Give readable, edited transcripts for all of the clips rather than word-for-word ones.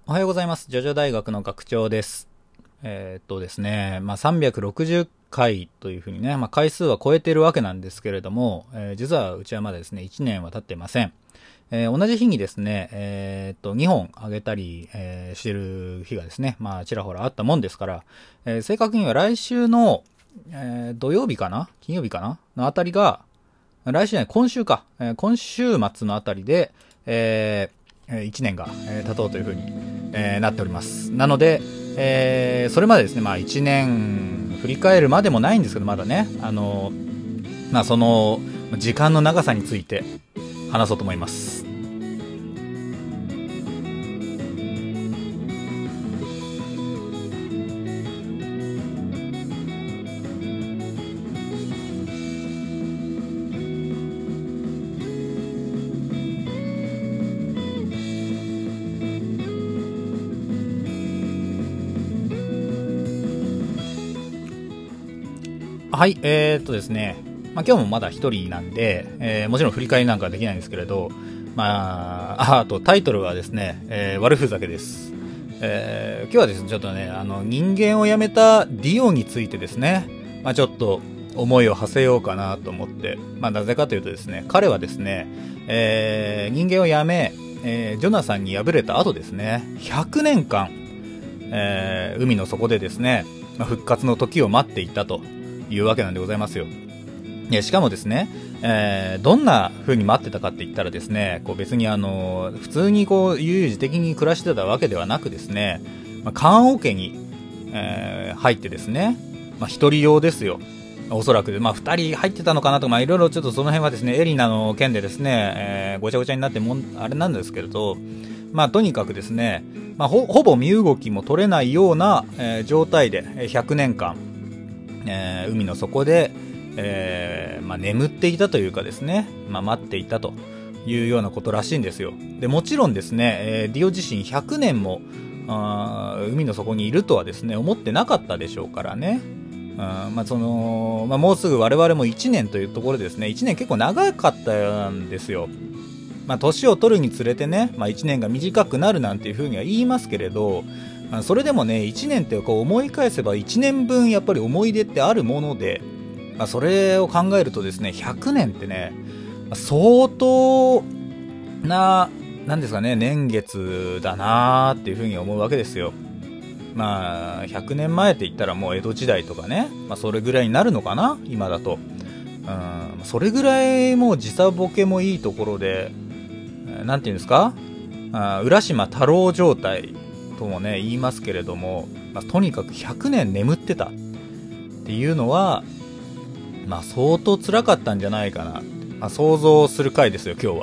おはようございます。ジョジョ大学の学長です。ですね、360回というふうにね、回数は超えてるわけなんですけれども、実はうちはまだですね、1年は経ってません。同じ日にですね、2本あげたり、してる日がですね、ちらほらあったもんですから、正確には来週の、土曜日かな金曜日かなのあたりが、来週じゃない、今週か。今週末のあたりで、1年が、経とうというふうに、なっております。なので、それまでですね、1年振り返るまでもないんですけど、まだね、その時間の長さについて話そうと思います。はい、ですね、今日もまだ一人なんで、もちろん振り返りなんかはできないんですけれど、あとタイトルはですね、悪ふざけです。今日はですね、ちょっとね、人間を辞めたディオについてですね、ちょっと思いを馳せようかなと思って、なぜかというとですね、彼はですね、人間を辞め、ジョナサンに敗れた後ですね、100年間、海の底でですね、復活の時を待っていたというわけなんでございますよ。しかもですね、どんな風に待ってたかって言ったらですね、別に普通に悠々自適に暮らしてたわけではなくですね、棺桶に、入ってですね、一人用ですよ。おそらくで、二人入ってたのかなとか、いろいろちょっとその辺はですね、エリナの件でですね、ごちゃごちゃになってあれなんですけれど、とにかくですね、ほぼ身動きも取れないような、状態で100年間、海の底で、眠っていたというかですね、待っていたというようなことらしいんですよ。でもちろんですね、ディオ自身100年も海の底にいるとはですね思ってなかったでしょうからね。もうすぐ我々も1年というところでですね、1年結構長かったんですよ。年を取るにつれてね、1年が短くなるなんていうふうには言いますけれど、それでもね、1年って思い返せば1年分やっぱり思い出ってあるもので、それを考えるとですね、100年ってね、相当な、なんですかね、年月だなーっていうふうに思うわけですよ。100年前って言ったらもう江戸時代とかね、それぐらいになるのかな、今だと。それぐらいもう時差ボケもいいところで、なんていうんですか、浦島太郎状態ともね言いますけれども、とにかく100年眠ってたっていうのは、相当辛かったんじゃないかな、想像する回ですよ今日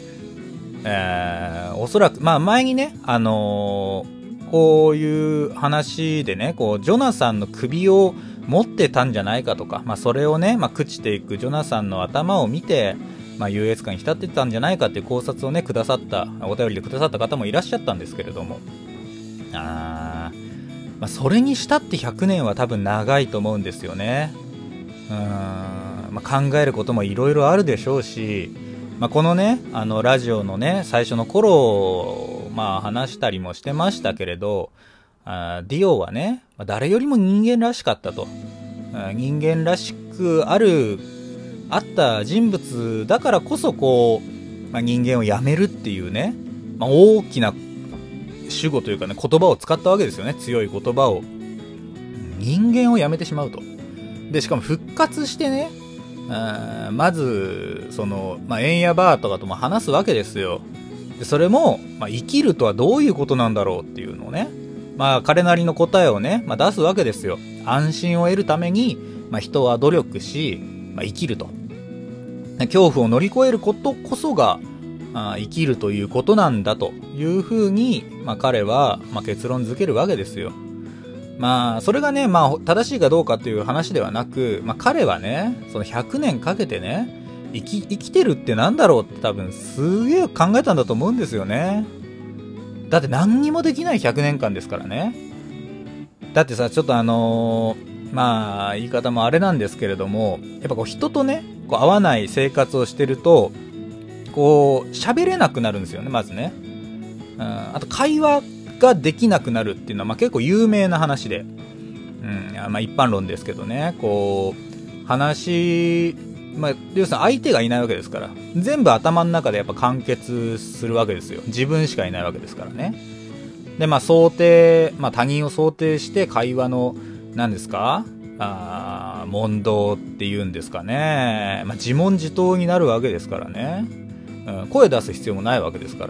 は。おそらく前にね、こういう話でね、ジョナサンの首を持ってたんじゃないかとか、それをね、朽ちていくジョナサンの頭を見て、優越感に浸ってたんじゃないかっていう考察をねくださった、お便りでくださった方もいらっしゃったんですけれども、それにしたって100年は多分長いと思うんですよね。考えることもいろいろあるでしょうし、このねラジオのね最初の頃、話したりもしてましたけれど、ディオはね誰よりも人間らしかったと、人間らしくあった人物だからこそ人間をやめるっていうね、大きな主語というかね言葉を使ったわけですよね。強い言葉を、人間をやめてしまうと。でしかも復活してね、まずエンヤバーとかとも話すわけですよ。でそれも、生きるとはどういうことなんだろうっていうのをね、彼なりの答えをね、出すわけですよ。安心を得るために、人は努力し、生きると。恐怖を乗り越えることこそが生きるということなんだというふうに、彼は、結論づけるわけですよ。それがね、正しいかどうかという話ではなく、彼はねその100年かけてね生きてるってなんだろうって多分すげえ考えたんだと思うんですよね。だって何にもできない100年間ですからね。だってさ、ちょっと言い方もあれなんですけれども、やっぱ人とね合わない生活をしてると喋れなくなるんですよね、まずね。あと会話ができなくなるっていうのは、結構有名な話で、一般論ですけどね、こう話、要するに相手がいないわけですから、全部頭の中でやっぱ完結するわけですよ。自分しかいないわけですからね。で想定、他人を想定して会話の何ですか、問答っていうんですかね、自問自答になるわけですからね、声出す必要もないわけですから、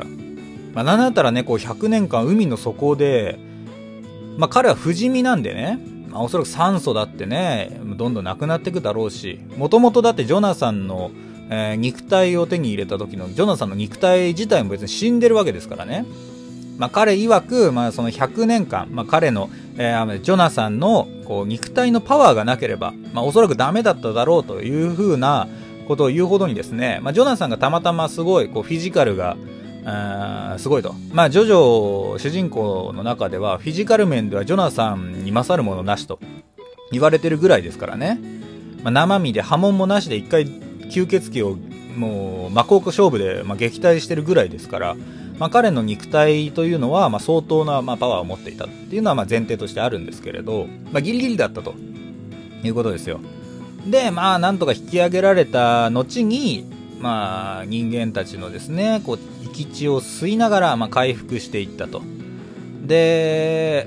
なんだったらね、こう100年間海の底で、彼は不死身なんでね、おそらく酸素だってねどんどんなくなっていくだろうし、もともとだってジョナサンの、肉体を手に入れた時のジョナサンの肉体自体も別に死んでるわけですからね。彼曰く、その100年間、彼の、ジョナサンのこう肉体のパワーがなければ、おそらくダメだっただろうというふうなことを言うほどにですね、ジョナサンがたまたますごいこうフィジカルがすごいと。ジョジョ主人公の中ではフィジカル面ではジョナサンに勝るものなしと言われてるぐらいですからね。生身で波紋もなしで一回吸血鬼をもう真っ向勝負で撃退してるぐらいですから、彼の肉体というのは相当なパワーを持っていたっていうのは前提としてあるんですけれど、ギリギリだったということですよ。でなんとか引き上げられた後に人間たちのですねこう生き血を吸いながら回復していったと。で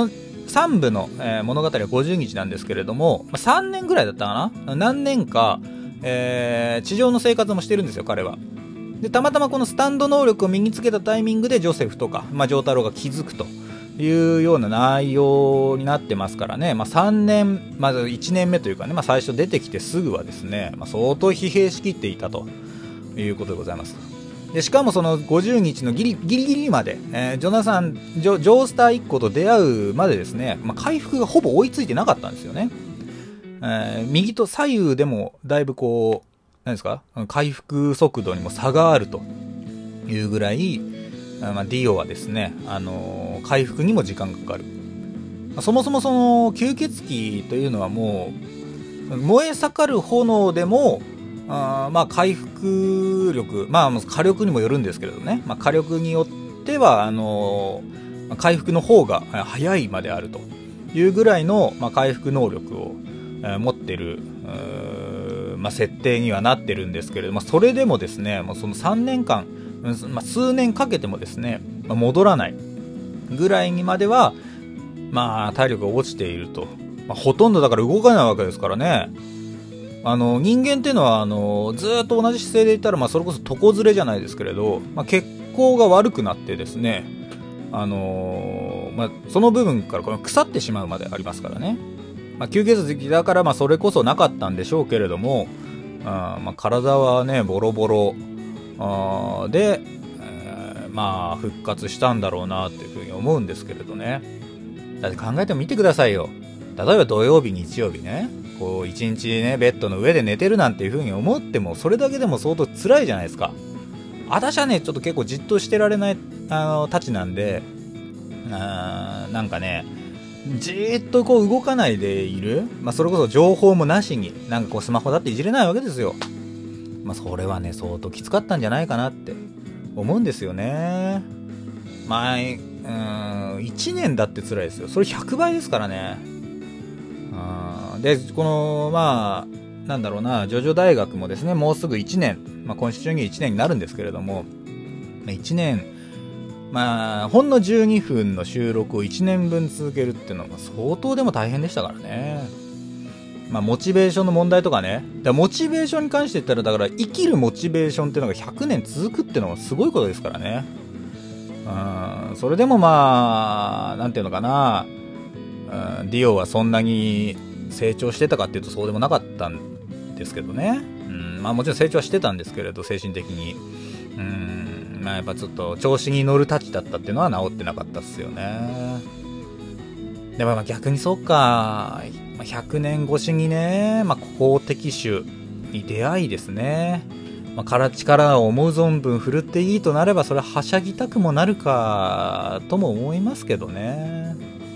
3部の、物語は50日なんですけれども、3年ぐらいだったかな、何年か、地上の生活もしてるんですよ彼は。でたまたまこのスタンド能力を身につけたタイミングでジョセフとか、ジョータロが気づくというような内容になってますからね。3年、1年目というかね、最初出てきてすぐはですね、相当疲弊しきっていたということでございます。でしかもその50日のギリギリまで、ジョースター1個と出会うまでですね、回復がほぼ追いついてなかったんですよね。右と左右でもだいぶこう何ですか、回復速度にも差があるというぐらい、ディオはですね、回復にも時間がかかる。そもそもその吸血鬼というのはもう燃え盛る炎でも回復力、火力にもよるんですけれどね、火力によっては回復の方が早いまであるというぐらいの、回復能力を、持ってる設定にはなってるんですけれども、それでもですねその3年間、数年かけてもですね、戻らないぐらいにまでは体力が落ちていると、ほとんどだから動かないわけですからね。人間っていうのはずっと同じ姿勢でいたら、それこそ床ずれじゃないですけれど、血行が悪くなってですね、その部分からこの腐ってしまうまでありますからね。吸血鬼だからそれこそなかったんでしょうけれども、体はねボロボロで、復活したんだろうなっていうふうに思うんですけれどね。だって考えてみてくださいよ。例えば土曜日日曜日ね、こう一日ねベッドの上で寝てるなんていうふうに思っても、それだけでも相当辛いじゃないですか。私はねちょっと結構じっとしてられないたちなんで、なんかねじーっとこう動かないでいる、それこそ情報もなしになんかこうスマホだっていじれないわけですよ。それはね相当きつかったんじゃないかなって思うんですよね。1年だって辛いですよ。それ100倍ですからね。でこのなんだろうな、ジョジョ大学もですねもうすぐ1年、今週中に1年になるんですけれども、1年ほんの12分の収録を1年分続けるっていうのは相当でも大変でしたからね。モチベーションの問題とかね。モチベーションに関して言ったら、だから生きるモチベーションっていうのが100年続くっていうのはすごいことですからね。それでもなんていうのかな、ディオはそんなに成長してたかっていうとそうでもなかったんですけどね。もちろん成長はしてたんですけれど、精神的にやっぱちょっと調子に乗るたちだったっていうのは治ってなかったっすよね。でも逆にそうか、100年越しにね、好敵手に出会いですね、力を思う存分振るっていいとなれば、それははしゃぎたくもなるかとも思いますけどね。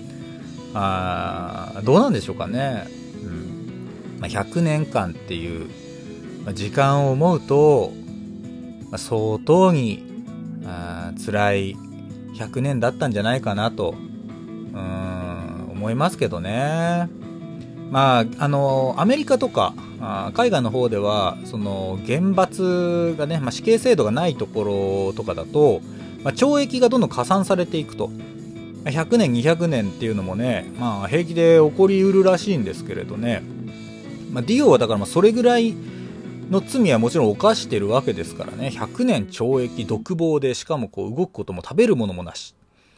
どうなんでしょうかね。100年間っていう時間を思うと、相当に辛い 100年だったんじゃないかなと思いますけどね。まあ、アメリカとか海外の方ではその厳罰がね、死刑制度がないところとかだと、懲役がどんどん加算されていくと、100年200年っていうのもね、平気で起こりうるらしいんですけれどね、ディオはだからそれぐらいの罪はもちろん犯してるわけですからね。100年懲役、独房で、しかもこう動くことも食べるものもなし、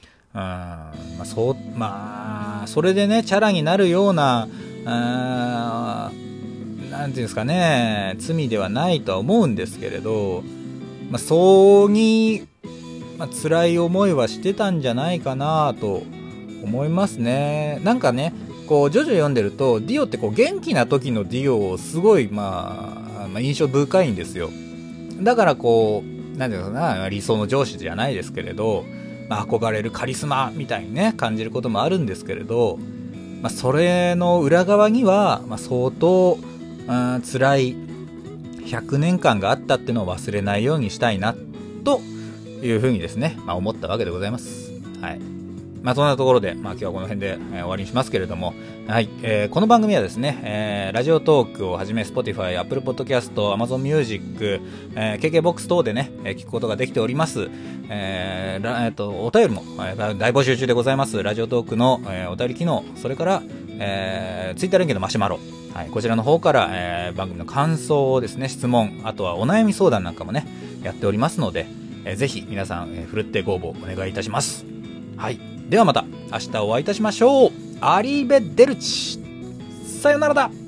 それでねチャラになるようななんていうんですかね、罪ではないとは思うんですけれど、そうに、辛い思いはしてたんじゃないかなと思いますね。なんかね、こうジョジョ読んでるとディオってこう元気な時のディオをすごい印象深いんですよ。だからこうなんていうのかな、理想の上司じゃないですけれど、憧れるカリスマみたいにね感じることもあるんですけれど、それの裏側には、相当辛い100年間があったっていうのを忘れないようにしたいなというふうにですね、思ったわけでございます。はい。そんなところで、今日はこの辺で、終わりにしますけれども、はい。この番組はですね、ラジオトークをはじめ Spotify、Apple Podcast、Amazon Music、KKBOX 等でね、聞くことができております。お便りも、大募集中でございます。ラジオトークの、お便り機能、それから、Twitter 連携のマシュマロ、はい、こちらの方から、番組の感想をですね、質問、あとはお悩み相談なんかもね、やっておりますので、ぜひ皆さん、ふるってご応募お願いいたします。はい。ではまた明日お会いいたしましょう。アリーベデルチ。さよならだ。